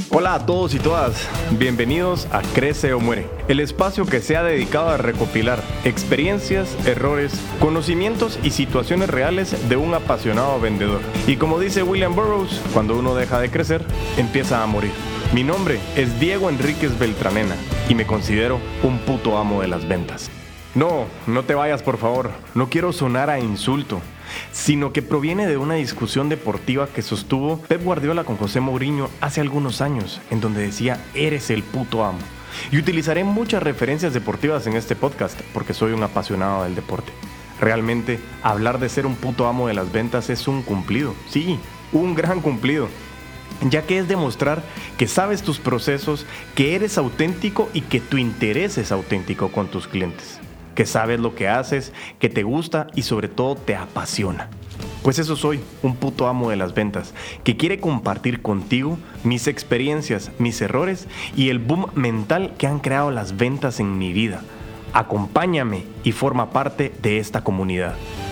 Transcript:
Hola a todos y todas, bienvenidos a Crece o Muere, el espacio que se ha dedicado a recopilar experiencias, errores, conocimientos y situaciones reales de un apasionado vendedor. Y como dice William Burroughs, cuando uno deja de crecer, empieza a morir. Mi nombre es Diego Enríquez Beltranena y me considero un puto amo de las ventas. No te vayas por favor, no quiero sonar a insulto, sino que proviene de una discusión deportiva que sostuvo Pep Guardiola con José Mourinho hace algunos años, en donde decía, eres el puto amo. Y utilizaré muchas referencias deportivas en este podcast, porque soy un apasionado del deporte. Realmente, hablar de ser un puto amo de las ventas es un cumplido, sí, un gran cumplido. Ya que es demostrar que sabes tus procesos, que eres auténtico y que tu interés es auténtico con tus clientes. Que sabes lo que haces, que te gusta y sobre todo te apasiona. Pues eso soy, un puto amo de las ventas, que quiere compartir contigo mis experiencias, mis errores y el boom mental que han creado las ventas en mi vida. Acompáñame y forma parte de esta comunidad.